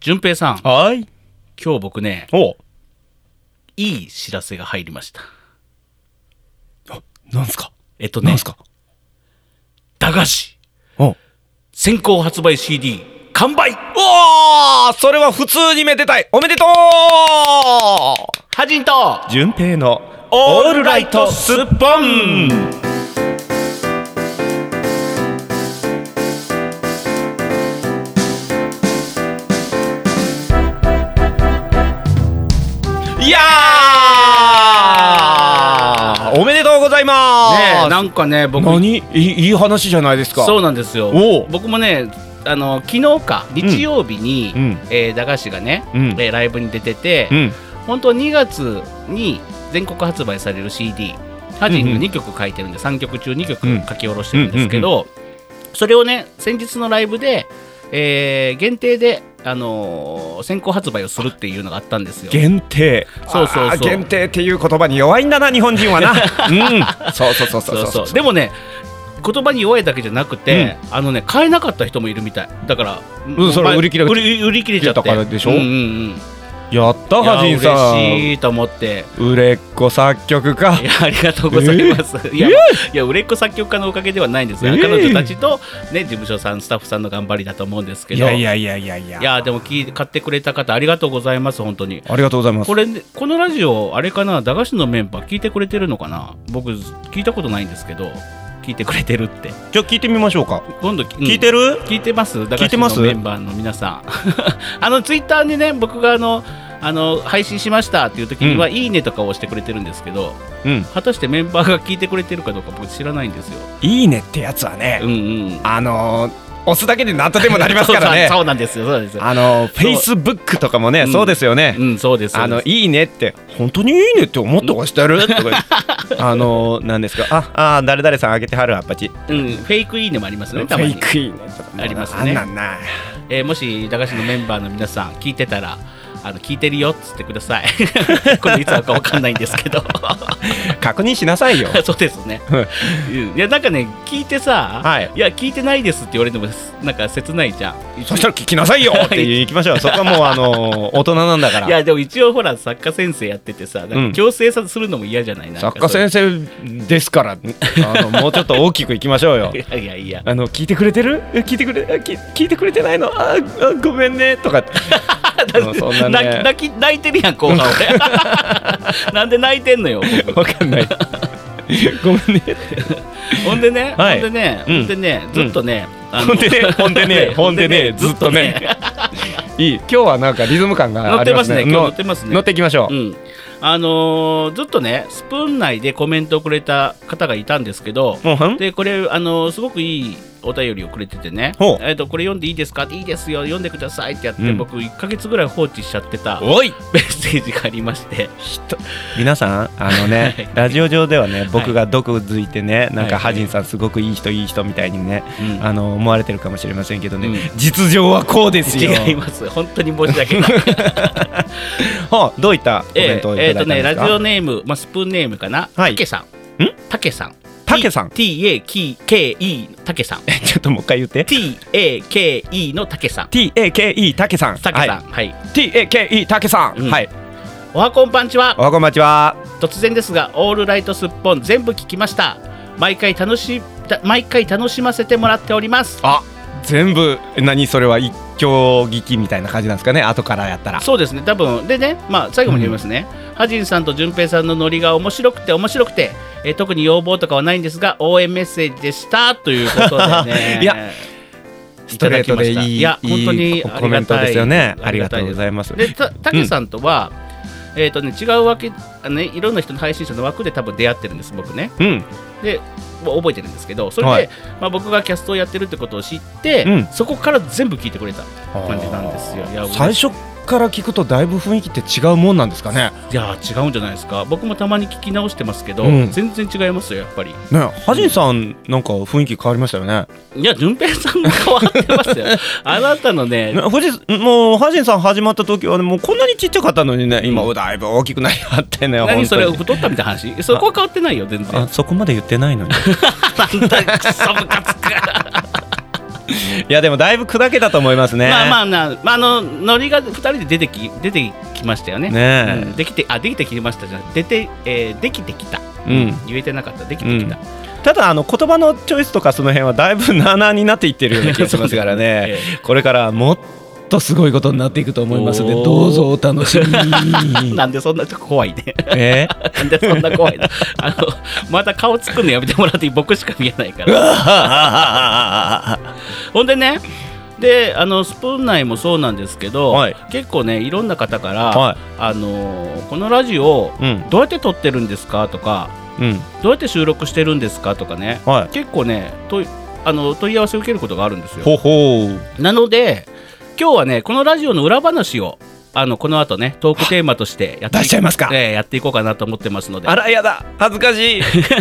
順平さん、 はい。 今日僕ね、いい知らせが入りました。 なんすか？ なんすか？駄菓子先行発売 CD 完売。 おー、それは普通にめでたい。おめでとう。 ハジンと順平のオールライトスッポン。いやー、おめでとうございます。 ねえ、なんかね、僕いい話じゃないですか。 そうなんですよ。僕もね、昨日か日曜日に、駄菓子がね、ライブに出てて、本当は2月に全国発売される CD、ハジンが2曲書いてるんで、3曲中2曲書き下ろしてるんですけど、それをね、先日のライブで、限定で先行発売をするっていうのがあったんですよ。 限定。 そう限定っていう言葉に弱いんだな、日本人はな。そうでもね、言葉に弱いだけじゃなくて、買えなかった人もいるみたいだから、 それ売り切れちゃったからでしょ。やった、ハジンさん。 嬉しいと思って。 売れっ子作曲家。 いや、ありがとうございます。いや、売れっ子作曲家のおかげではないんですよ。彼女たちとね、事務所さん、スタッフさんの頑張りだと思うんですけど。いや、でも買ってくれた方ありがとうございます。本当にありがとうございます。 このラジオあれかな、駄菓子のメンバー聞いてくれてるのかな。僕聞いたことないんですけど、聞いてくれてるって。 じゃあ聞いてみましょうか。 今度聞いてる？ 聞いてます。駄菓子のメンバーの皆さん。ツイッターにね、僕が配信しましたっていう時には、いいねとかを押してくれてるんですけど、果たしてメンバーが聞いてくれてるかどうか僕知らないんですよ。 いいねってやつはね、押すだけで何とでもなりますからね。 そうなんですよ。 Facebook とかもね、そうですよね。 そうです。 いいねって本当にいいねって思って押してるとか何ですか。誰々さんあげてはる、あっぱち。 フェイクいいねもありますね。 フェイクいいねありますね。もし駄菓子のメンバーの皆さん聞いてたら、聞いてるよっつってください。これいつあるか分かんないんですけど。 確認しなさいよ。 そうですね。いや、なんかね、聞いてさ、いや聞いてないですって言われてもなんか切ないじゃん。 そしたら聞きなさいよって言いましょう。そこはもう大人なんだから。 いや、でも一応ほら、作家先生やっててさ、なんか強制するのも嫌じゃない。 作家先生ですから、もうちょっと大きくいきましょうよ。 いや聞いてくれてる？聞いてくれてないの？ごめんねとか。そんなね、 泣いてるやん、後半俺。なんで泣いてんのよ、僕。 わかんない。ごめんね。 ほんでね、ずっとね、 ほんでね、ずっとね。いい。今日はなんかリズム感がありますね。 乗ってますね。 乗っていきましょう。 ずっとね、スプーン内でコメントをくれた方がいたんですけど、でこれすごくいいお便りをくれててね、これ読んでいいですかって、いいですよ、読んでくださいってやって、僕1ヶ月ぐらい放置しちゃってたメッセージがありまして、 皆さんラジオ上ではね、僕が毒づいてね、なんかハジンさんすごくいい人みたいにね、思われてるかもしれませんけどね、実情はこうですよ。 違います。本当に申し訳ない。 どういったコメントをいただいたんですか？ ラジオネーム、スプーンネームかな、たけさん。TAKE たけさん。 ちょっともう一回言って。 TAKE のたけさん。 TAKE たけさん。TAKE たけさん。はい。 おはこんばんちは。 おはこんばんちは。 突然ですが、オールライトスッポン全部聞きました。毎回楽しませてもらっております。 全部それは一挙聞きみたいな感じなんですかね、後からやったら。 そうですね、多分でね、最後まで言いますね。ハジンさんと順平さんのノリが面白くて、特に要望とかはないんですが、応援メッセージでしたということでね。 いや、ストレートでいい本当にコメントですよね。ありがとうございます。 で、たけさんとは、違うわけね、いろんな人の配信者の枠で多分出会ってるんです、僕ね。で覚えてるんですけど、それで、僕がキャストをやってるってことを知って、そこから全部聞いてくれた感じなんですよ。 最初から聞くとだいぶ雰囲気って違うもんなんですかね。 いや、違うんじゃないですか。僕もたまに聞き直してますけど、全然違いますよ、やっぱりね。ハジンさんなんか雰囲気変わりましたよね。 いや、順平さんも変わってますよ。あなたのね、 もうハジンさん始まった時は、ね、もうこんなにちっちゃかったのにね、今はだいぶ大きくなりはってね。 何それ、太ったみたいな話？そこは変わってないよ、全然。 そこまで言ってないのに。 なんだ、クソムカつく。 いやでもだいぶ砕けたと思いますね。 ノリが2人で出てきましたよね。できてきましたじゃん。できてきた。言えてなかった。できてきた。 ただ言葉のチョイスとかその辺はだいぶなあなあになっていってるような気がしますからね。これからもっとすごいことになっていくと思いますので、どうぞお楽しみに。 なんでそんな怖いね。なんでそんな怖いの。また顔作るのやめてもらっていい？僕しか見えないから。ほんでね、でスプーン内もそうなんですけど、結構ねいろんな方から、このラジオ、どうやって撮ってるんですかとか、どうやって収録してるんですかとかね、結構ね問い合わせを受けることがあるんですよ。なので今日はねこのラジオの裏話をこの後ねトークテーマとして出しちゃいますか。 やっていこうかなと思ってますので。 あらやだ、恥ずかしい。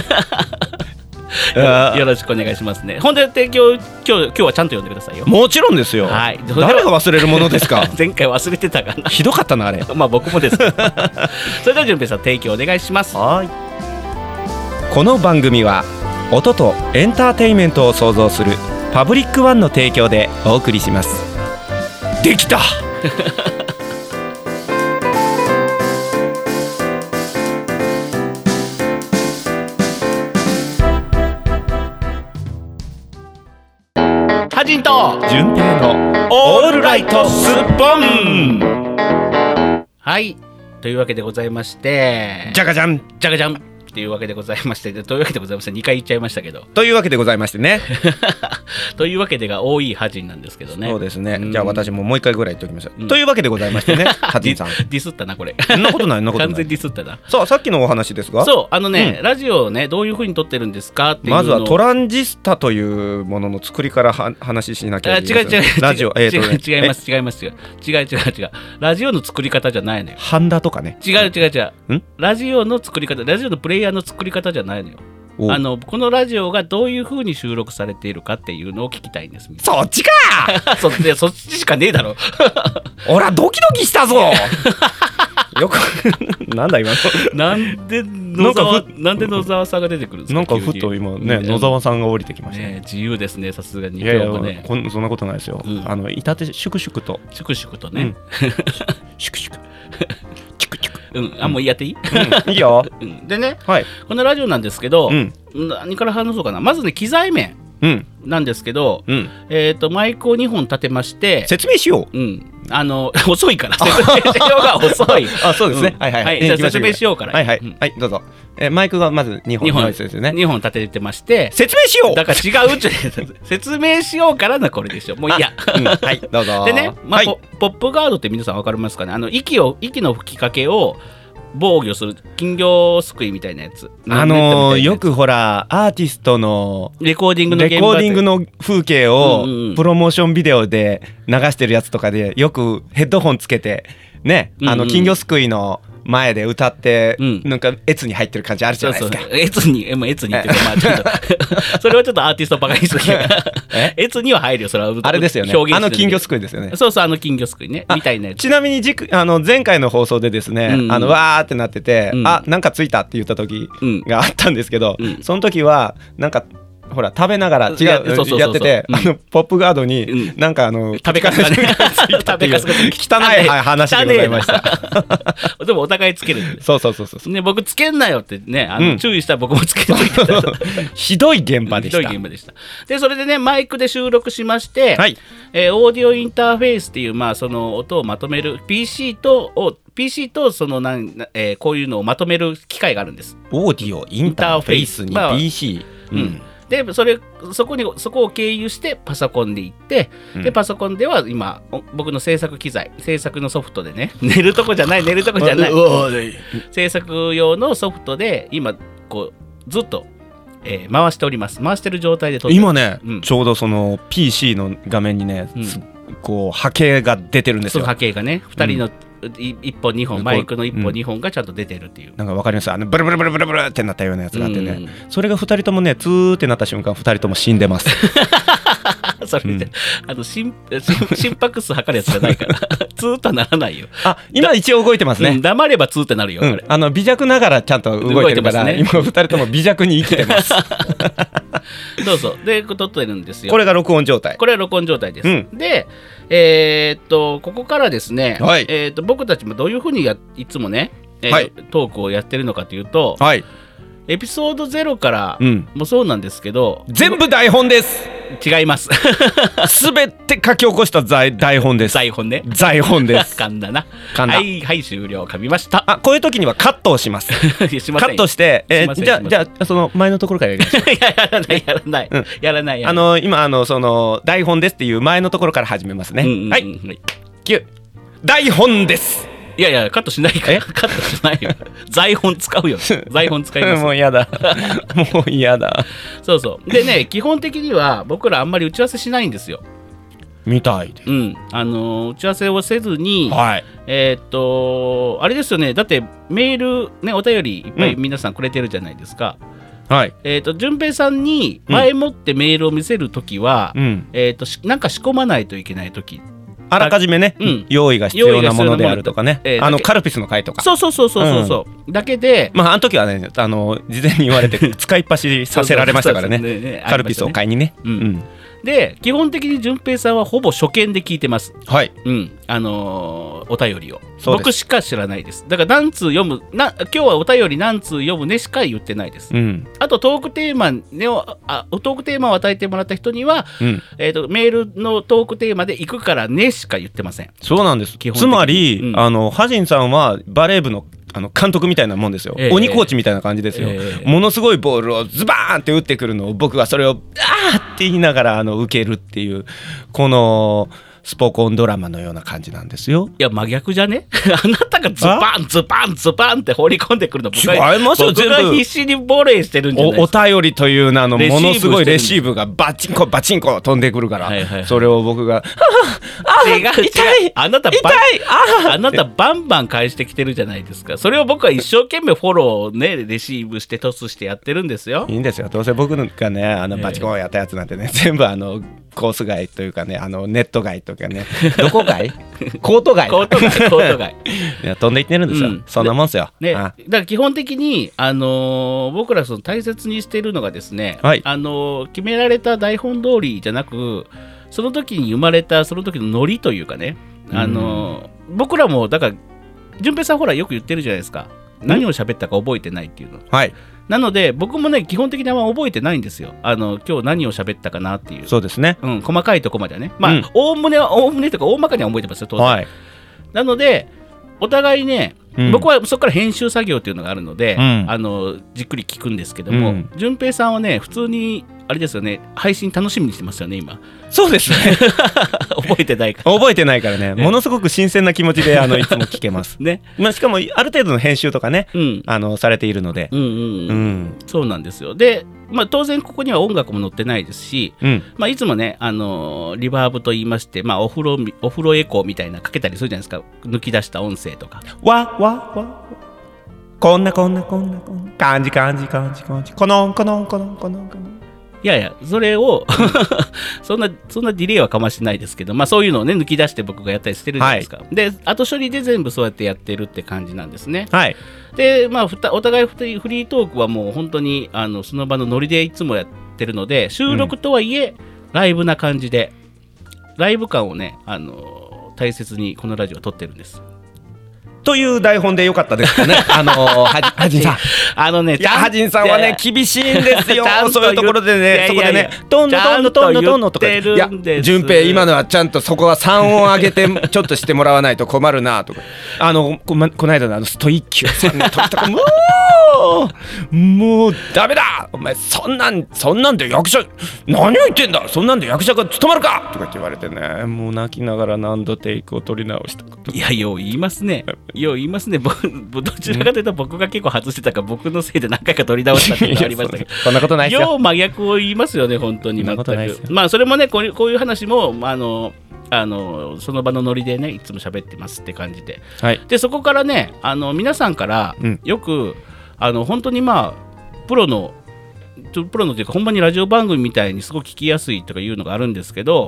よろしくお願いしますね。ほんで今日はちゃんと読んでくださいよ。 もちろんですよ。誰が忘れるものですか。 前回忘れてたかな。 ひどかったなあれ。 僕もです。それでは順平さん提供お願いします。 この番組は音とエンターテインメントを創造するパブリックワンの提供でお送りします。できた。 ハジンと順平のオールライトスッポン。はいというわけでございまして、 じゃがじゃんじゃがじゃんというわけでございまして、というわけでございまして2回言っちゃいましたけど、 というわけでございましてね。 というわけでが多いハジンなんですけどね。 そうですね。じゃあ私ももう一回ぐらい言っておきましょう。というわけでございましてね。ハジンさん。 ディスったなこれ。 そんなことない。 完全ディスったな。 さっきのお話ですが。 そうラジオをねどういう風に撮ってるんですかっていうのを。 まずはトランジスタというものの作りから話しなきゃいけない。 違うラジオ違います違う。ラジオの作り方じゃないのよ。 ハンダとかね。 違う。ラジオの作り方、ラジオのプレイヤーの作り方じゃないのよ。このラジオがどういう風に収録されているかっていうのを聞きたいんです。 そっちか。 そっちしかねえだろ。 おらドキドキしたぞ。よくなんだ今の。 なんで野沢さんが出てくるんですか。 なんかふと今ね野沢さんが降りてきましたね。 自由ですね、さすがに。 いやそんなことないですよ。いたてシュクシュクとね。 シュクシュク。 もうやっていい？ いいよ。 でね、このラジオなんですけど、何から話そうかな。まずね機材面なんですけど、マイクを2本立てまして説明しよう。 遅いから説明しようが遅い。 そうですね。 じゃあ説明しようから。 はいどうぞ。マイクがまず2本ですよね。 2本立ててまして説明しよう。 だから違うっちゅう説明しようからなこれでしょ。もういいや。 はいどうぞ。 でね、ポップガードって皆さん分かりますかね。息の吹きかけを防御する金魚すくいみたいなやつ。 よくほらアーティストのレコーディングの風景をプロモーションビデオで流してるやつとかでよくヘッドホンつけてね、金魚すくいの前で歌って、なんかエツに入ってる感じあるじゃないですか。 エツにっていうかちょっとそれはちょっとアーティストバカにすぎる。エツには入るよそれは。 あれですよね。金魚すくいですよね。 そう金魚すくいねみたいなやつ。 ちなみに前回の放送でですね、わーってなってて、なんかついたって言った時があったんですけど、その時はなんかほら食べながらやってて、ポップガードになんか食べかすがね汚い話でございました。 でもお互いつける。 そうね、僕つけんなよってね注意したら僕もつけといてた。 ひどい現場でした。 でそれでねマイクで収録しまして、オーディオインターフェースっていうその音をまとめる PC とそのこういうのをまとめる機械があるんです。 オーディオインターフェースに PC。 でそこを経由してパソコンで行って、でパソコンでは今僕の制作機材制作のソフトでね寝るとこじゃない制作用のソフトで今こうずっと、回しております。回してる状態で撮って今ね、ちょうどその PC の画面にね、こう波形が出てるんですよ。 その波形がね2人の1本2本マイクの1本2本がちゃんと出てるっていう。 なんか分かります。ブルブルブルブルブルってなったようなやつがあってね、それが2人ともねツーってなった瞬間2人とも死んでます。 それで、心拍数測るやつじゃないからツーッとならないよ。 今一応動いてますね。 黙ればツーってなるよ。 微弱ながらちゃんと動いてるから、今2人とも微弱に生きてますそうで撮ってるんですよ。 これが録音状態。 これは録音状態です。でここからですね、僕たちもどういうふうにいつもね、トークをやってるのかというと、エピソード0からもそうなんですけど、 全部台本です。 違います。 すべて書き起こした台本です。 台本ね。 台本です。 噛んだな。はい終了。噛みました。 こういう時にはカットをします。カットして、じゃあその前のところからやりましょう。やらない。今その台本ですっていう前のところから始めますね。はい。9台本です。 いやカットしないから。カットしないよ。台本使うよ。台本使います。 もう嫌だ。もう嫌だ。 そうでね、基本的には僕らあんまり打ち合わせしないんですよ。 みたいです。 打ち合わせをせずに、あれですよね。だってメールね、お便りいっぱい皆さんくれてるじゃないですか。順平さんに前もってメールを見せるときは、なんか仕込まないといけないとき。 あらかじめね、用意が必要なものであるとかね、カルピスの回とか、 そうだけで、 あの時はね、事前に言われて使いっ走りさせられましたからね、カルピスを買いにね。 で基本的に順平さんはほぼ初見で聞いてます。お便りを僕しか知らないです。だから何通読む今日はお便り何通読むねしか言ってないです。あとトークテーマを与えてもらった人には、メールのトークテーマで行くからねしか言ってません。 そうなんです。つまり、ハジンさんはバレー部の監督みたいなもんですよ。鬼コーチみたいな感じですよ。ものすごいボールをズバーンって打ってくるのを僕はそれをあーって言いながら受けるっていう、このスポコンドラマのような感じなんですよ。 いや真逆じゃね。あなたがズバンズバンズバンって放り込んでくるの、僕が必死にボレーしてるんじゃないですか。 お便りという名のものすごいレシーブがバチンコバチンコ飛んでくるから、それを僕が違うあなたバンバン返してきてるじゃないですか。それを僕は一生懸命フォローね、レシーブしてトスしてやってるんですよ。 いいんですよ。どうせ僕がねバチコンやったやつなんてね、全部コース外というかね、ネット外とかね、どこ外コート外いや飛んでいってるんですよ。そんなもんですよ。 だから基本的に僕らその大切にしているのがですね、決められた台本通りじゃなく、その時に生まれたその時のノリというかね、僕らもだから順平さんほらよく言ってるじゃないですか。何を喋ったか覚えてないっていうの。なので僕もね基本的にあんま覚えてないんですよ。今日何を喋ったかなっていう。 そうですね。 細かいとこまではね。おおむねとか大まかには覚えてますよ当然。なのでお互いね、僕はそこから編集作業っていうのがあるので、じっくり聞くんですけども、順平さんはね普通にあれですよね、配信楽しみにしてますよね今。 そうですね。 覚えてないからね、ものすごく新鮮な気持ちでいつも聞けますね。しかもある程度の編集とかね、されているので、 そうなんですよ。で当然ここには音楽も載ってないですし、いつもねリバーブと言いまして、お風呂エコーみたいなかけたりするじゃないですか、抜き出した音声とか。 こんな感じこのいやそれをそんなディレイはかましてないですけど、そういうのをね抜き出して僕がやったりしてるじゃないですか。で後処理で全部そうやってやってるって感じなんですね。でお互いフリートークはもう本当にその場のノリでいつもやってるので、収録とはいえライブな感じで、ライブ感をね大切にこのラジオは撮ってるんです。 という台本でよかったですかね。ハジンさん。ハジンさんはね厳しいんですよ。そういうところでね、そこでね、どんどんとか。いや、順平今のはちゃんとそこは3音上げてちょっとしてもらわないと困るなとか。この間のストイッキュさんの時とかもうダメだ。お前そんなんで役者何を言ってんだ。そんなんで役者が務まるかとか言われてね、もう泣きながら何度テイクを取り直したこと。 いやよう言いますね。どちらかというと僕が結構外してたから僕のせいで何回か取り直したっていうのがありましたけど、 そんなことないですよ。 よう真逆を言いますよね本当に。全くそれもねこういう話もその場のノリでねいつも喋ってますって感じで、でそこからね皆さんからよく本当にプロのプロのというかほんまにラジオ番組みたいにすごく聞きやすいとかいうのがあるんですけど、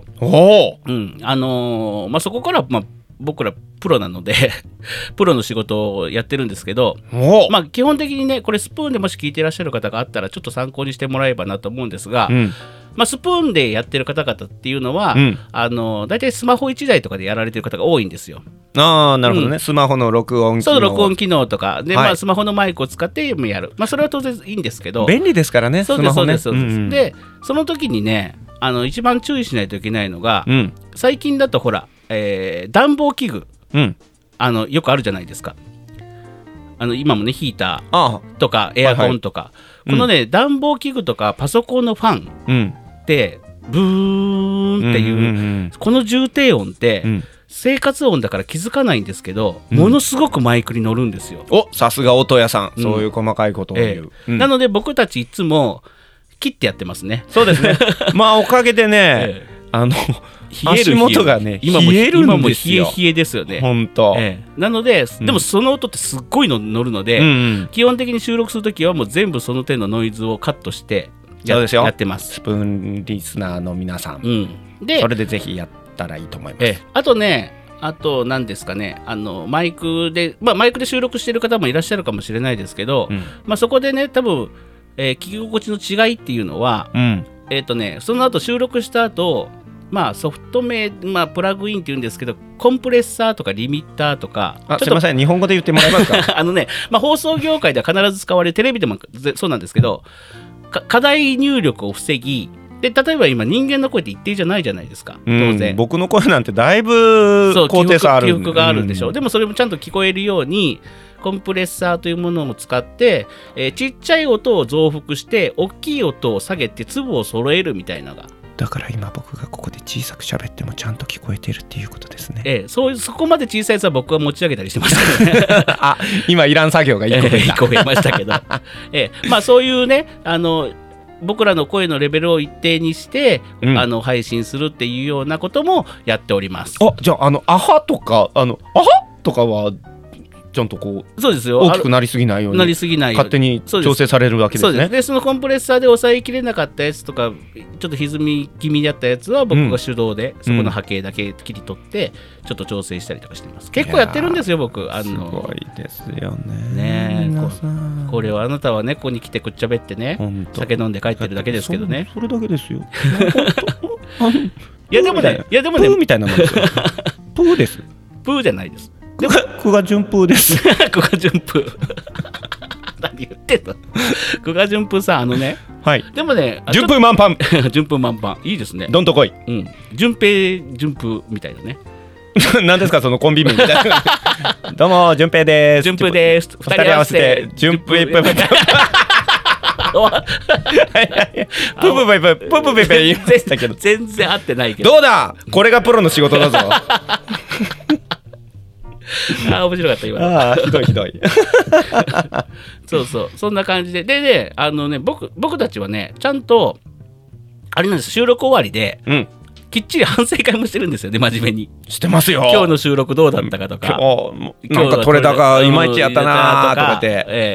そこから、僕らプロなのでプロの仕事をやってるんですけど、基本的にねこれスプーンでもし聞いていらっしゃる方があったらちょっと参考にしてもらえればなと思うんですが、スプーンでやってる方々っていうのは、大体スマホ1台とかでやられてる方が多いんですよ。 なるほどね、スマホの録音機能、 録音機能とかで、スマホのマイクを使ってやる、それは当然いいんですけど、 便利ですからね、 スマホね。でその時にね一番注意しないといけないのが、最近だとほら、暖房器具、よくあるじゃないですか。今もねヒーターとかエアコンとか、このね、暖房器具とかパソコンのファンってブーンっていう、この重低音って、生活音だから気づかないんですけど、ものすごくマイクに乗るんですよ。 さすが音屋さん、そういう細かいことを言う、 なので僕たちいつも切ってやってますね。 そうですねおかげでね、足元がね冷えるんですよ。 今も冷えですよね。 本当。 なので、でもその音ってすっごいの乗るので、基本的に収録するときはもう全部その手のノイズをカットしてやってます。 スプーンリスナーの皆さん、でそれでぜひやったらいいと思います。 あと何ですかね、マイクで収録している方もいらっしゃるかもしれないですけど、そこでね多分、聞き心地の違いっていうのは、その後収録した後ソフト名、プラグインっていうんですけど、コンプレッサーとかリミッターとか、 すいません日本語で言ってもらえますか放送業界では必ず使われる、テレビでもそうなんですけど、課題入力を防ぎで、例えば今人間の声って一定じゃないじゃないですか、当然。 僕の声なんてだいぶ高低差ある、 起伏があるんでしょ。でもそれもちゃんと聞こえるようにコンプレッサーというものを使って、ちっちゃい音を増幅して大きい音を下げて粒を揃えるみたいなのが、 だから今僕がここで小さく喋ってもちゃんと聞こえてるっていうことですね。 そこまで小さいやつは僕は持ち上げたりしてますからね今いらん作業が1 個増えましたけどそういうね僕らの声のレベルを一定にして、配信するっていうようなこともやっております。 じゃあアハとかアハとかはちゃんとそうですよ、 大きくなりすぎないように勝手に調整されるわけですね。 でそのコンプレッサーで抑えきれなかったやつとかちょっと歪み気味だったやつは僕が手動でそこの波形だけ切り取ってちょっと調整したりとかしてます。結構やってるんですよ僕。 すごいですよね。これはあなたはねここに来てくっちゃべってね酒飲んで帰ってるだけですけどね。 それだけですよいやでもねプーみたいなもんですよプーです。 プーじゃないです。 久我順風です久我順風何言ってんの久我順風さんでもね順風満帆順風満帆いいですね。 どんとこい。 順平順風みたいなね何ですかそのコンビ名みたいなどうも順平です。 順風です。 2人合わせて順風プブブブブ言いましたけど全然合ってないけど。 どうだこれがプロの仕事だぞ面白かった今ひどいそうそんな感じでね僕たちはねちゃんとあれなんです、収録終わりで、きっちり反省会もしてるんですよね。真面目にしてますよ。 今日の収録どうだったかとか、 なんか取れ高いまいちやったなとかって、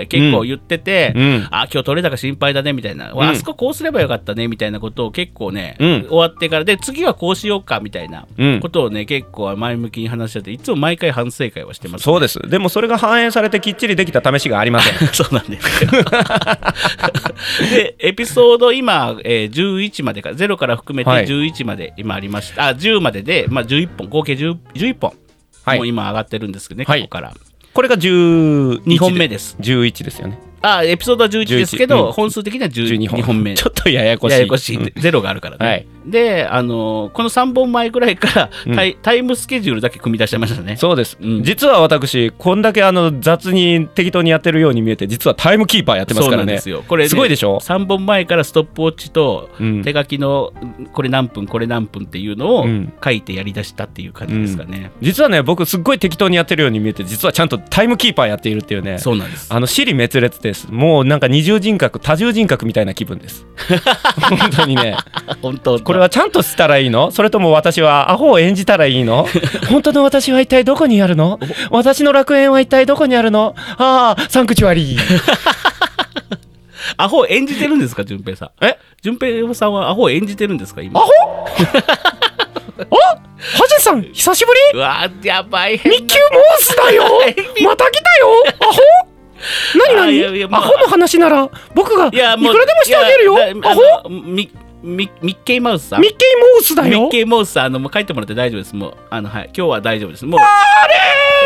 結構言ってて、今日取れ高心配だねみたいな、あそここうすればよかったねみたいなことを結構ね、終わってからで次はこうしようかみたいなことをね、結構前向きに話し合って、いつも毎回反省会はしてます、ね。 そうです。でもそれが反映されてきっちりできた試しがありませんそうなんですよでエピソード今、11までか0から含めて11まで今ありました、10までで、11本合計 11本、もう今上がってるんですけどね、ここからこれが12 本目です。 11ですよね。 エピソードは11ですけど、本数的には12本目。 ちょっとややこしいゼロがあるからね。でこの3本前ぐらいからタイムスケジュールだけ組み出しちゃいましたね。 そうです、実は私こんだけ雑に適当にやってるように見えて、実はタイムキーパーやってますからね。そうなんですよ。これね、すごいでしょ。3 本前からストップウォッチと手書きのこれ何分これ何分っていうのを書いてやりだしたっていう感じですかね。 実はね、僕すっごい適当にやってるように見えて、実はちゃんとタイムキーパーやっているっていうね。 そうなんです。 支離滅裂です。もうなんか二重人格多重人格みたいな気分です本当にね。 本当これはちゃんとしたらいいの？それとも私はアホを演じたらいいの？本当の私は一体どこにあるの？私の楽園は一体どこにあるの？サンクチュアリーアホ演じてるんですか、順平さん。順平さんはアホ演じてるんですか、今。 アホハジさん、久しぶり。 うわー、やばい。 ミッキーモースだよ。また来たよ。アホ何アホの話なら僕がいくらでもしてあげるよ。アホミッケーマウスさん。 ミッケーモースだよ。 ミッケーモースさん、もう帰ってもらって大丈夫です。もうはい、今日は大丈夫です。もうあれ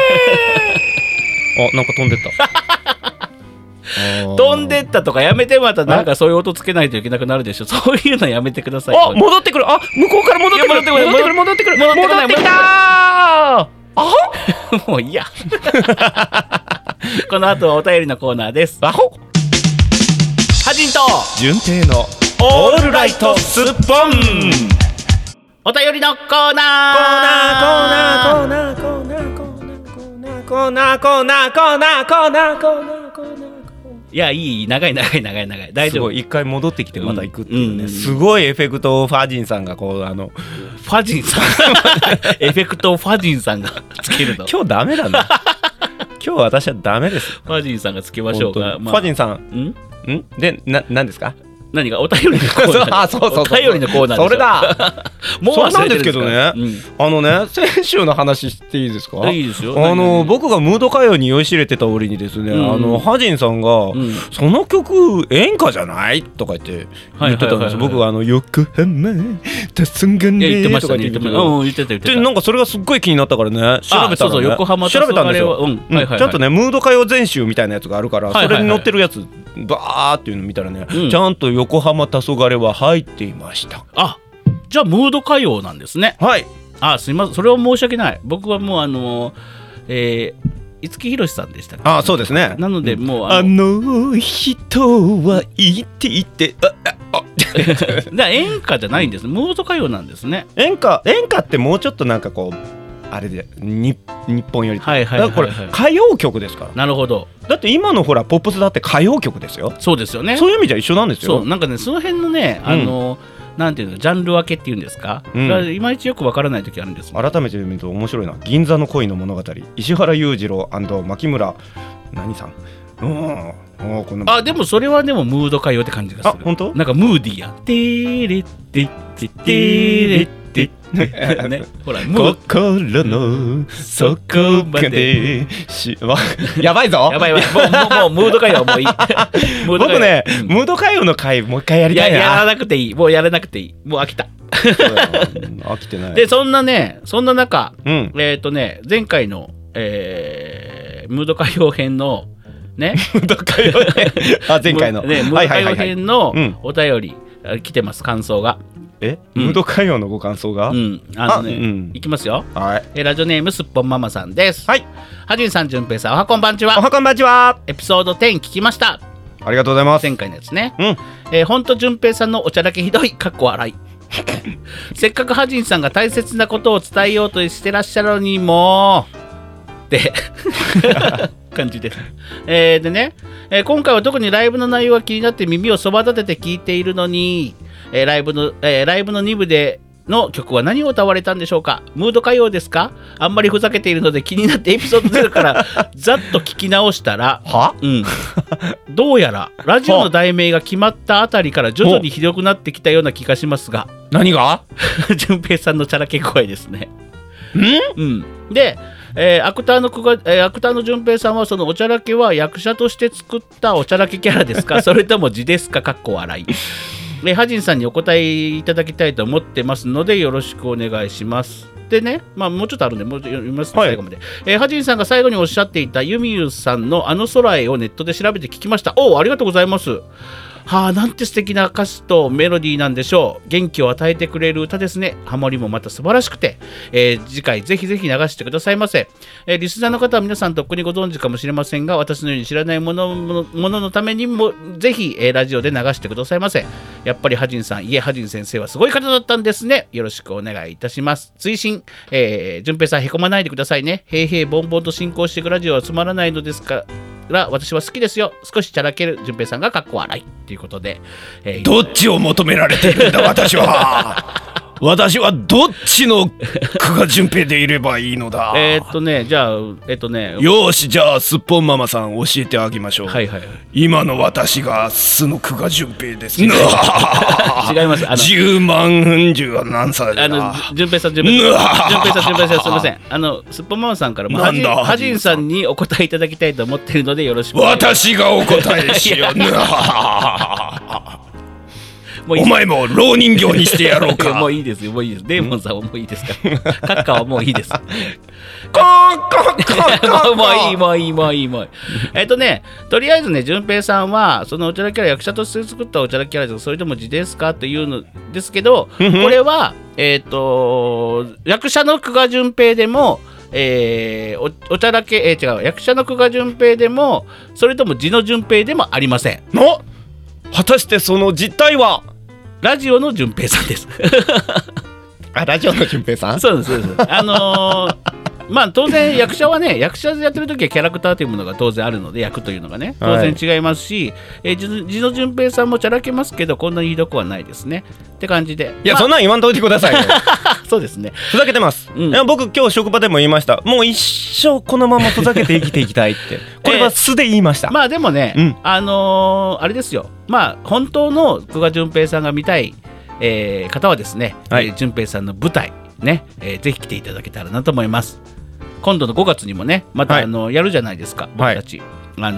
ーなんか飛んでった飛んでったとかやめて、またなんかそういう音つけないといけなくなるでしょ。そういうのやめてください。 戻ってくる。向こうから戻ってきたー。 もういいや。この後はお便りのコーナーです。 アホハジンと順平のオールライトスッポン。 お便りのコーナー。いや、いい、長い大丈夫。 一回戻ってきてまた行くっていうね、すごいエフェクトをファジンさんがこうファジンさんエフェクトをファジンさんがつけるの。 今日ダメだな。今日私はダメです。 ファジンさんがつけましょうか。 ファジンさんで何ですか。 何がお便りのコーナー。 そうお便りのコーナー。 それだ。 もうそうなんですけどね。先週の話していいですか。 いいですよ。 僕がムード歌謡に酔いしれてた折にですね、ハジンさんがその曲演歌じゃないとか言ってってたんです。僕は横浜たすんがねとか言ってて、でなんかそれがすっごい気になったからね、調べたらね、 横浜調べたんですよ。ちゃんとね、ムード歌謡全集みたいなやつがあるから、それに載ってるやつバーっていうの見たらね、ちゃんと横浜たそがれは入っていました。 じゃあムード歌謡なんですね。 はい。 すみません、それは申し訳ない。僕はもう五木ひろしさんでしたっけ。 そうですね。 なのでもう人は言っていて演歌じゃないんです。ムード歌謡なんですね。 演歌ってもうちょっとなんかこうあれで日本より、だからこれ歌謡曲ですから。 なるほど。 だって今のほらポップスだって歌謡曲ですよ。 そうですよね。 そういう意味じゃ一緒なんですよ。 なんかね、その辺のね、なんていうの、ジャンル分けっていうんですか、いまいちよくわからない時あるんです。 改めて見ると面白いな。銀座の恋の物語、石原裕次郎&牧村何さん。 でもそれはでもムード歌謡って感じがする。 本当？ なんかムーディーやん。てーれってっててーれってね、ほら心の底までやばいぞ。 やばいもうムード歌謡もういい。 僕ね、ムード歌謡の回もう一回やりたいな。 やらなくていい。もうやらなくていい。もう飽きた。 飽きてない。 でそんな中、前回のムード歌謡編のね、 ムード歌謡編前回のムード歌謡編のお便り来てます。感想が。 ムード歌謡のご感想が、 いきますよ。ラジオネームすっぽんママさんです。 はい。 はじんさん、じゅんぺいさん、おはこんばんちは。 おはこんばんちは。 エピソード10聞きました。 ありがとうございます。 前回のやつね。ほんとじゅんぺいさんのおちゃらけひどいかっこ笑い。せっかくはじんさんが大切なことを伝えようとしてらっしゃるのにもって感じです。でね、今回は特にライブの内容が気になって耳をそば立てて聞いているのに、ライブの2部での曲は何を歌われたんでしょうか。ムード歌謡ですか。あんまりふざけているので気になってエピソード0からざっと聞き直したらどうやらラジオの題名が決まったあたりから徐々にひどくなってきたような気がしますが、 何が順平さんのチャラけ声ですね。で、アクターの順平さんはそのおちゃらけは役者として作ったおちゃらけキャラですか、それとも字ですか、かっこ笑い。ハジンさんにお答えいただきたいと思ってますのでよろしくお願いします。でね、もうちょっとあるんでもう読みます、最後まで。ハジンさんが最後におっしゃっていたユミユさんのあの空へをネットで調べて聞きました。ありがとうございます。なんて素敵な歌詞とメロディーなんでしょう。元気を与えてくれる歌ですね。ハモリもまた素晴らしくて、次回ぜひぜひ流してくださいませ。リスナーの方は皆さんとっくにご存知かもしれませんが、私のように知らないもののためにもぜひ、ラジオで流してくださいませ。やっぱりハジンさん、ハジン先生はすごい方だったんですね。よろしくお願いいたします。追伸、順平さんへこまないでくださいね。平々ボンボンと進行していくラジオはつまらないのですから私は好きですよ。少しチャラける順平さんがかっこ笑いということで、 どっちを求められているんだ私は。 私はどっちの久我淳平でいればいいのだ。 じゃあよし、じゃあすっぽんママさん教えてあげましょう。 はいはい。 今の私が素の久我淳平です。違います。 10万10は何歳だ。 淳平さんすいません。すっぽんママさんからもハジンさんにお答えいただきたいと思っているのでよろしくお願いします。 私がお答えしよう。お前も老人形にしてやろうか。 もういいですよ、もういいです。デーモンさんはもういいですか。カッカはもういいです。もういい。とりあえずね、淳平さんはそのおちゃらキャラ、役者として作ったおちゃらキャラですか、それとも字ですかっていうのですけど、これは役者の久我淳平でもおちゃらけ役者の久我淳平でも、それとも字の淳平でもありません。 果たしてその実態は。 ラジオの淳平さんです。 ラジオの淳平さん。 そうです。まあ当然役者はね、役者でやってる時はキャラクターというものが当然あるので、役というのがね当然違いますし、字の淳平さんもちゃらけますけど、こんなにひどくはないですねって感じで。 いや、そんなん言わんといてくださいよ。 そうですね、 ふざけてます。いや、僕今日職場でも言いました。もう一生このままふざけて生きていきたいって。これは素で言いました。 まあでもね、あれですよ、まあ本当の久我淳平さんが見たい、方はですね、淳平さんの舞台ね、ぜひ来ていただけたらなと思います。今度の5月にもね、またやるじゃないですか、僕たち。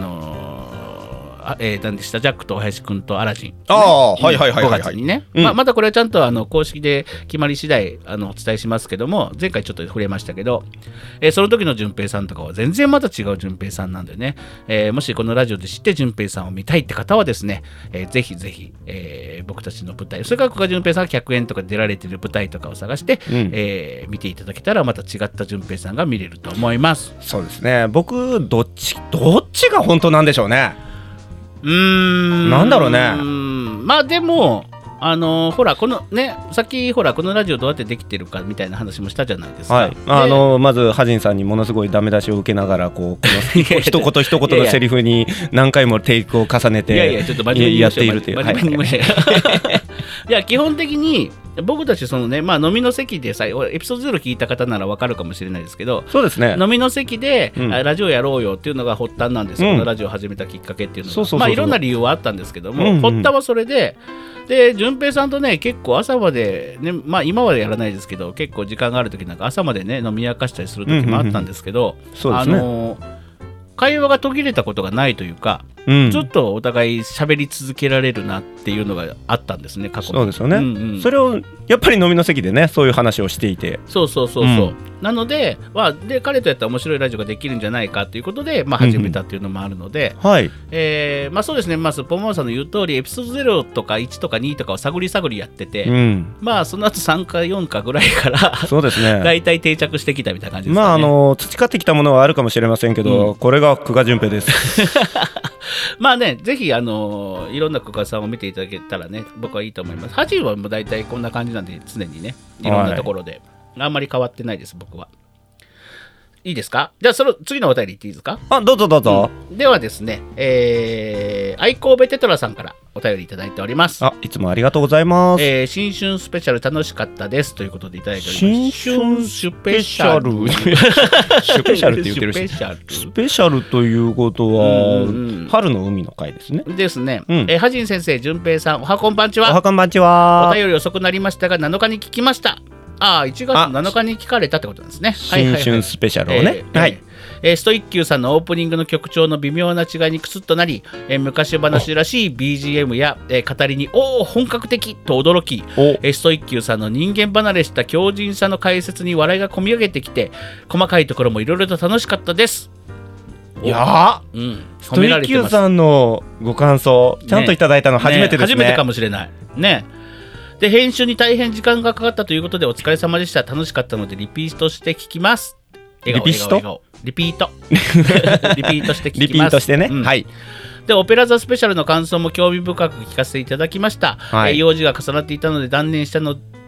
何でした、ジャックとお林くんとアラジン、5月にね、またこれはちゃんと公式で決まり次第お伝えしますけども、前回ちょっと触れましたけど、その時の淳平さんとかは全然また違う淳平さんなんでね、もしこのラジオで知って淳平さんを見たいって方はですね、ぜひぜひ、僕たちの舞台、それから久我淳平さんが100円とか出られている舞台とかを探して、見ていただけたら、また違った淳平さんが見れると思います。 そうですね、僕どっちが本当なんでしょうね。なんだろうね。 まあでもほらこのね、さっきほらこのラジオどうやってできてるかみたいな話もしたじゃないですか。 まずハジンさんにものすごいダメ出しを受けながら、この一言一言のセリフに何回もテイクを重ねてやっているという。いや、基本的に僕たちそのね、まあ飲みの席でさ、エピソード0聞いた方なら分かるかもしれないですけど、 そうですね、 飲みの席で、ラジオやろうよっていうのが発端なんですよ、このラジオを始めたきっかけっていうのは。まあいろんな理由はあったんですけども、発端はそれで、淳平さんとね、結構朝までね、まあ今までやらないですけど、結構時間がある時なんか朝までね飲み明かしたりする時もあったんですけど、会話が途切れたことがないというか、ずっとお互い喋り続けられるなっていうのがあったんですね、過去に。 そうですよね、それをやっぱり飲みの席でね、そういう話をしていて、なので、彼とやったら面白いラジオができるんじゃないかということで、始めたっていうのもあるので、そうですね、スッポンママさんの言う通り、エピソード0とか1とか2とかを探りやってて、その後3か4かぐらいからそうですね、 大体定着してきたみたいな感じですかね。 培ってきたものはあるかもしれませんけど、これが久我淳平です。 まあね、ぜひいろんな久我さんを見ていただけたらね、僕はいいと思います。ハジンはもう大体こんな感じなんで、常にね、いろんなところで、あんまり変わってないです、僕は。いいですか？じゃあその次のお便りいっていいですか？ どうぞどうぞ。 ではですね、愛神戸テトラさんからお便りいただいております。 いつもありがとうございます。 新春スペシャル楽しかったですということでいただいております。新春スペシャルスペシャルって言ってるし、スペシャルということは春の海の回ですね。 ですね。ハジン先生、淳平さん、おはこんばんちは。 おはこんばんちは。 お便り遅くなりましたが7日に聞きました。1月7日に聞かれたってことなんですね。 新春スペシャルをね。 ストイッキューさんのオープニングの曲調の微妙な違いにクスッとなり、昔話らしい BGM や、語りに本格的と驚き、ストイッキューさんの人間離れした強靭さの解説に笑いがこみ上げてきて、細かいところもいろいろと楽しかったです。 いやストイッキューさんのご感想ちゃんといただいたの初めてですね。 初めてかもしれないね。で、編集に大変時間がかかったということでお疲れ様でした。楽しかったのでリピートして聞きます。リピートして聞きます。リピートしてね。はい。で、オペラ座スペシャルの感想も興味深く聞かせていただきました。用事が重なっていたので断念したの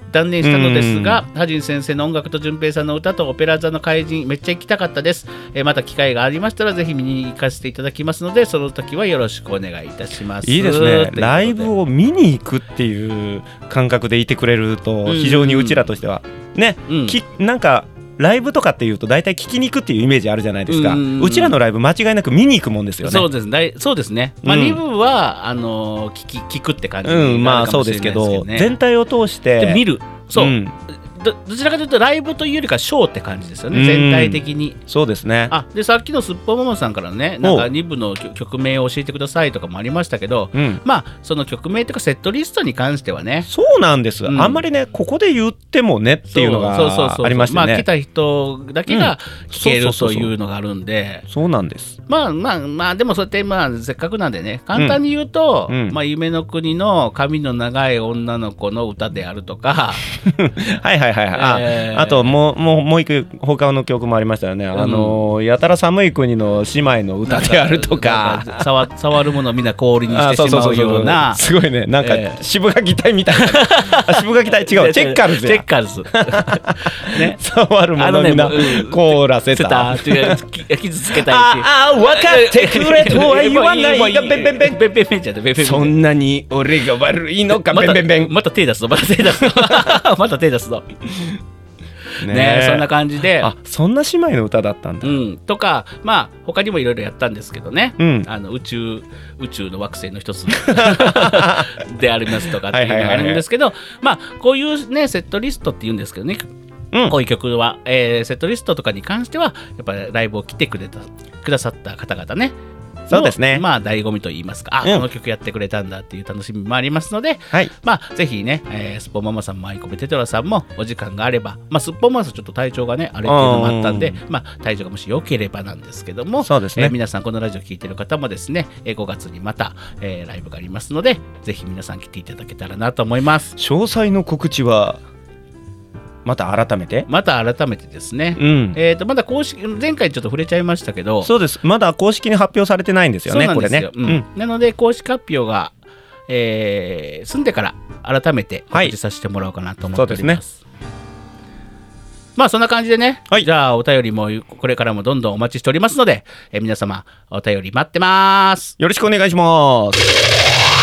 断念したのですが、ハジン先生の音楽と順平さんの歌とオペラ座の怪人めっちゃ行きたかったです。また機会がありましたらぜひ見に行かせていただきますので、その時はよろしくお願いいたします。 いいですね。ライブを見に行くっていう感覚でいてくれると非常にうちらとしてはね、なんかライブとかっていうと大体聞きに行くっていうイメージあるじゃないですか。うちらのライブ間違いなく見に行くもんですよね。 そうですね。まあ2部は聞くって感じになるかもしれないですけどね。 まあそうですけど全体を通して見る。そう。どちらかというとライブというよりかショーって感じですよね、全体的に。 そうですね。 でさっきのすっぽんママさんからね、なんか2部の曲名を教えてくださいとかもありましたけど、まあその曲名とかセットリストに関してはね、 そうなんです、あんまりねここで言ってもねっていうのがありましたね。 まあ来た人だけが聴けるというのがあるんで、 そうなんです。 まあでもそうやってせっかくなんでね、簡単に言うと、夢の国の髪の長い女の子の歌であるとかはいあともう一個他の曲もありましたよね。やたら寒い国の姉妹の歌であるとか、 触るものをみんな氷にしてしまうような、 すごいね、なんか渋垣隊みたいな渋垣隊違う、チェッカーズチェッカーズね、触るものみんな凍らせた、 傷つけたいし、 分かってくれとは言わないがベンベンベンベンベンベンじゃん、 そんなに俺が悪いのか、ベンベンベンまた手出すのまた手出すのね、そんな感じで、 そんな姉妹の歌だったんだ、 とか、まあ他にもいろいろやったんですけどね、宇宙の惑星の一つでありますとかっていうのがあるんですけど、まあこういうねセットリストっていうんですけどね、こういう曲は、セットリストとかに関してはやっぱりライブを来てくださった方々ね、 そうですね、 まあ醍醐味といいますか、この曲やってくれたんだっていう楽しみもありますので、まあぜひね、すっぽんママさんもアイコメテトラさんもお時間があれば、まあすっぽんママさんちょっと体調がねあれっていうのもあったんで、まあ体調がもし良ければなんですけども、 そうですね、 皆さんこのラジオ聞いてる方もですね、5月にまた、ライブがありますので、ぜひ皆さん来ていただけたらなと思います。 詳細の告知はまた改めてですね、まだ公式、前回ちょっと触れちゃいましたけど、 そうです、まだ公式に発表されてないんですよね、これね。 なので公式発表が、済んでから改めて告知させてもらおうかなと思っております。まあそんな感じでね、じゃあお便りもこれからもどんどんお待ちしておりますので、皆様お便り待ってます。 よろしくお願いします。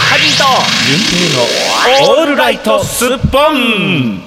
ハジンと順平のオールライトスッポン。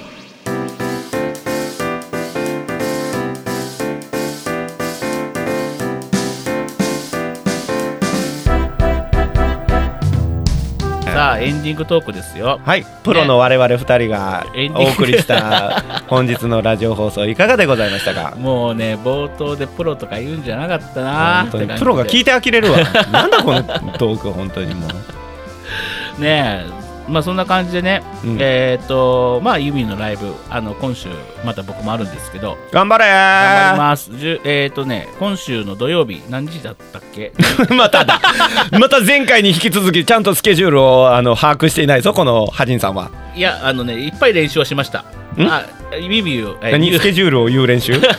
さあエンディングトークですよ。 はい、プロの我々2人がお送りした本日のラジオ放送いかがでございましたか。 もうね、冒頭でプロとか言うんじゃなかったな。 本当にプロが聞いて呆れるわなんだこのトーク、本当にもうねえ、まあそんな感じでね、まあユミのライブ、今週また僕もあるんですけど、 頑張ります。今週の土曜日何時だったっけまた前回に引き続きちゃんとスケジュールを把握していないぞこのハジンさんは。 いやいっぱい練習はしました。指を何スケジュールを言う練習違う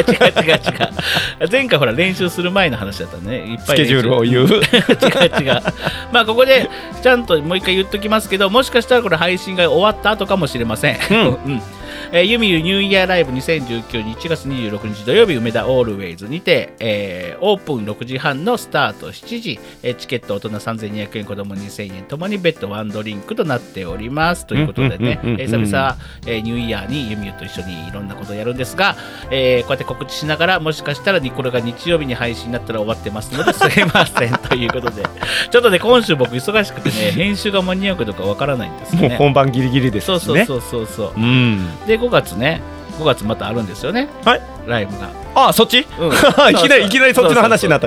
前回ほら練習する前の話だったね。いっぱいスケジュールを言う違うまあここでちゃんともう一回言っときますけど、もしかしたらこれ配信が終わった後かもしれません。ユミユニューイヤーライブ2019 1月26日土曜日梅田オールウェイズにて、オープン6時半のスタート7時、チケット大人3200円子供2000円ともに別途ワンドリンクとなっておりますということでね、久々、ニューイヤーにユミユと一緒にいろんなことをやるんですが、こうやって告知しながらもしかしたらこれが日曜日に配信になったら終わってますのですいませんということでちょっとね今週僕忙しくてね編集が間に合うかどうかわからないんですよね。 もう本番ギリギリですしね。 そうで5月またあるんですよね、ライブが。 そっち、いきなりそっちの話になった。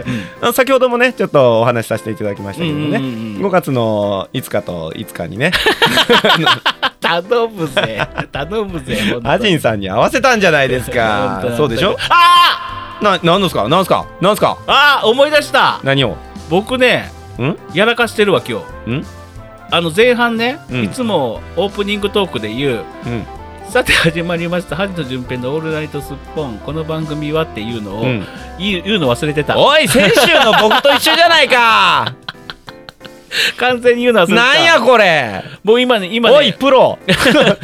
先ほどもねちょっとお話しさせていただきましたけどね、5月の5日と5日にね頼むぜアジンさんに合わせたんじゃないですかそうでしょ。なんですか思い出した。 何を。 僕ねやらかしてるわ今日。前半ね、いつもオープニングトークで言う、さて始まりましたハジと順平のオールナイトスッポン、この番組はっていうのを、言うの忘れてた。 おい先週の僕と一緒じゃないか完全に言うの忘れてた。 なんやこれ。 もう今ねおいプロ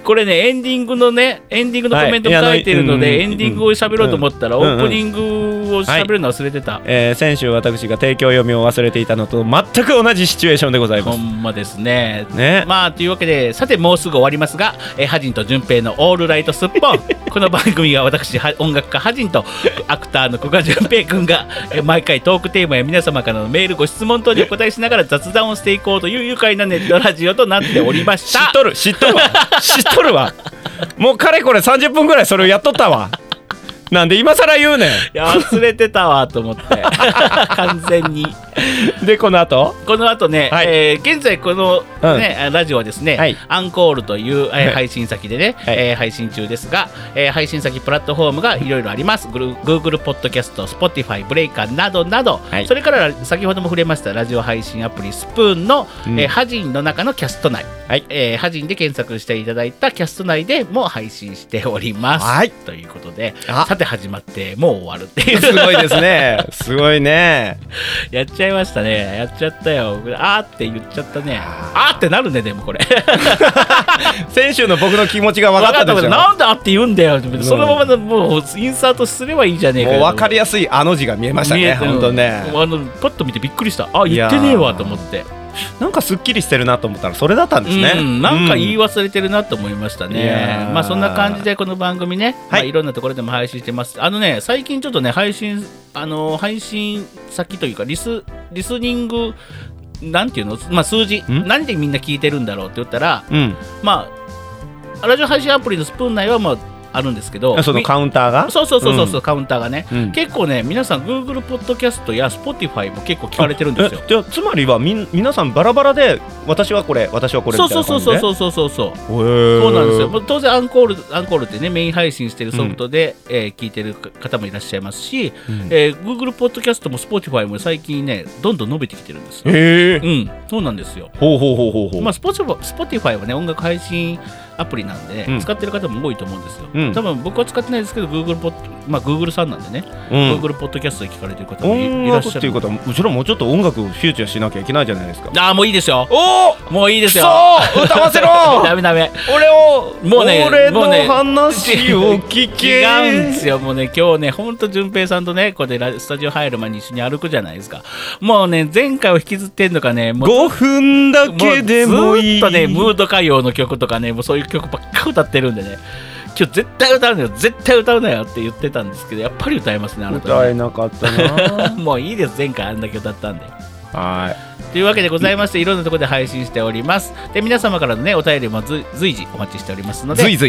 これねエンディングのコメント書いてるので、エンディングを喋ろうと思ったら、オープニングを喋るの忘れてた。 先週私が提供読みを忘れていたのと全く同じシチュエーションでございます。 ほんまですね。まあというわけで、さてもうすぐ終わりますが、ハジンと順平のオールライトスッポンこの番組は私音楽家ハジンとアクターの古賀順平くんが毎回トークテーマや皆様からのメールご質問等にお答えしながら雑談をしていこうという愉快なネットラジオとなっておりました。 知っとるわもうかれこれ30分ぐらいそれをやっとったわ。なんで今更言うねん。いや忘れてたわと思って完全に。 でこの後ね、現在この、ラジオはですね、アンコールという、配信先でね、配信中ですが、配信先プラットフォームがいろいろあります。Google ポッドキャスト、Spotify、ブレイカーなどなど、それから先ほども触れましたラジオ配信アプリスプーンの、ハジンの中のキャスト内、ハジンで検索していただいたキャスト内でも配信しております、ということで、さて始まってもう終わるっていうすごいですね。すごいね。 やっちゃいましたね。やっちゃったよ。あーって言っちゃったね。あーってなるね。でもこれ先週の僕の気持ちが分かったでしょ。 なんであって言うんだよ。そのままもうインサートすればいいじゃねえかよ。 もう分かりやすいあの字が見えましたね。本当ね。 パッと見てびっくりした。あ、言ってねえわと思って。 なんかすっきりしてるなと思ったらそれだったんですね。 なんか言い忘れてるなと思いましたね。まあそんな感じでこの番組ね、いろんなところでも配信してます。最近ちょっとね配信先というかリスニングなんていうの、数字何でみんな聞いてるんだろうって言ったら、ラジオ配信アプリのスプーン内はあるんですけど、 そのカウンターがそうカウンターがね、結構ね皆さん Google ポッドキャストや Spotify も結構聞かれてるんですよ。 じゃあつまりは皆さんバラバラで私はこれみたいな感じで。 そうなんですよ。当然アンコールってねメイン配信してるソフトで、聞いてる方もいらっしゃいますし、Google ポッドキャストも Spotify も最近ねどんどん伸びてきてるんです。そうなんですよ。Spotify はね音楽配信アプリなんで、使ってる方も多いと思うんですよ。多分僕は使ってないですけど Google さんなんでね、Google ポッドキャストで聞かれてる方もいらっしゃる。音楽っていうことはうちらもうちょっと音楽をフューチャーしなきゃいけないじゃないですか。 もういいですよ。もういいですよ。 歌わせろダメ俺の話を聞け。 違うんですよ。もうね今日ねほんと順平さんとねここでスタジオ入る前に一緒に歩くじゃないですか。もうね前回を引きずってんのかね、もう 5分だけでもいい。 ずっとねムード歌謡の曲とかねもうそういう曲ばっか歌ってるんでね、今日絶対歌うなよって言ってたんですけど、やっぱり歌えますね。あなた歌えなかったなもういいです。前回あんだけ歌ったんで。 はい。 というわけでございまして、いろんなところで配信しております。で皆様からのねお便りも随時お待ちしておりますので、随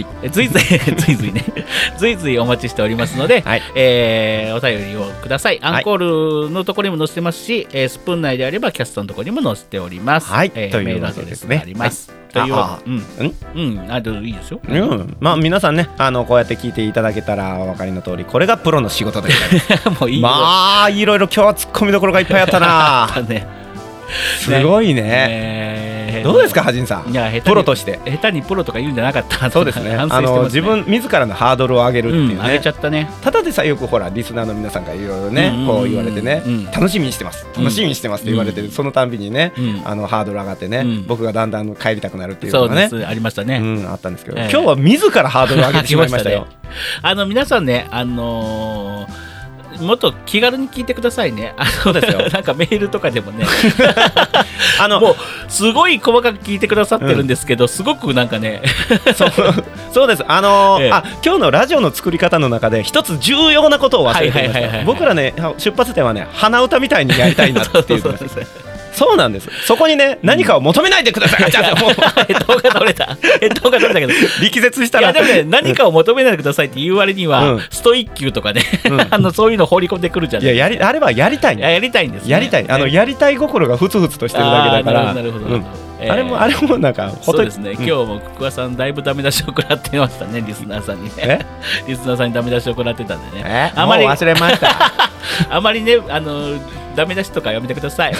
時お待ちしておりますので、お便りをください。アンコールのところにも載せてますし、スプーン内であればキャストのところにも載せております。メールアドレスがあります。というわけで、いいですよ。 皆さんねこうやって聞いていただけたらお分かりの通り、これがプロの仕事でもういい。 いろいろ今日はツッコミどころがいっぱいあったなすごいね。どうですかハジンさん、プロとして下手にプロとか言うんじゃなかった。 そうですね。自分自らのハードルを上げるっていうね、 上げちゃったね。 ただでさえよくほらリスナーの皆さんがいろいろねこう言われてね、楽しみにしてますって言われて、そのたんびにねハードル上がってね、僕がだんだん帰りたくなるっていうのがねありましたね。 あったんですけど、今日は自らハードルを上げてしまいましたよ。 皆さんねもっと気軽に聞いてくださいね。 そうですよ。 なんかメールとかでもねもうすごい細かく聞いてくださってるんですけど、すごくなんかねそうです。今日のラジオの作り方の中で一つ重要なことを忘れていました。僕らね出発点はね鼻歌みたいにやりたいなって言ってました。そうなんです。そこにね何かを求めないでください。 もうが取れたけど力説したら、 でもね何かを求めないでくださいって言う割にはストイッキューとかねそういうの放り込んでくるじゃない。 あれはやりたい。 やりたいんです。 やりたい。やりたい心がふつふつとしてるだけだから。 なるほど。 あれもなんかそうですね。今日も久我さんだいぶダメ出しを食らってましたね、リスナーさんにね。リスナーさんにダメ出しを食らってたんでね。 もう忘れました。 あまりねダメ出しとかやめてください。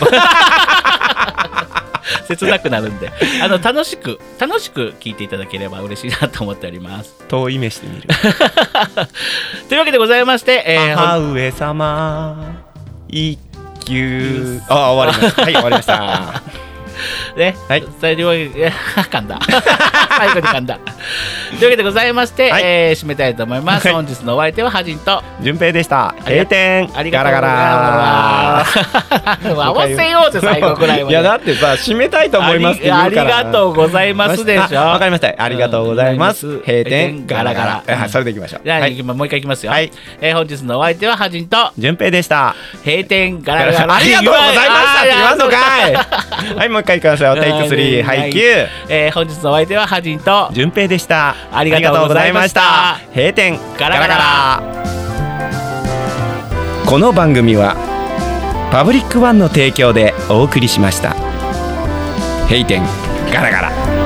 切なくなるんで楽しく聞いていただければ嬉しいなと思っております。 遠い目してみるというわけでございまして、 母上様一休終わりました。はい、終わりましたね、はい、それではあかんだ最後に噛んだ。というわけでございまして、締めたいと思います。本日のお相手はハジンと順平でした。閉店ありがとうございます。合わせようぜ最後くらいまで。 いやだってさ締めたいと思いますって言うから。 ありがとうございますでしょ。 わかりました。ありがとうございます。閉店ガラガラ。それでいきましょう。 じゃあもう一回いきますよ。本日のお相手はハジンと順平でした。 閉店ガラガラ。 ありがとうございましたって言わんのかい。はい、もう一回いきますよ。テイク3、配給。 本日のお相手はハジンと順平でした。 ありがとうございました。 閉店ガラガラ。この番組はパブリックワンの提供でお送りしました。閉店ガラガラ。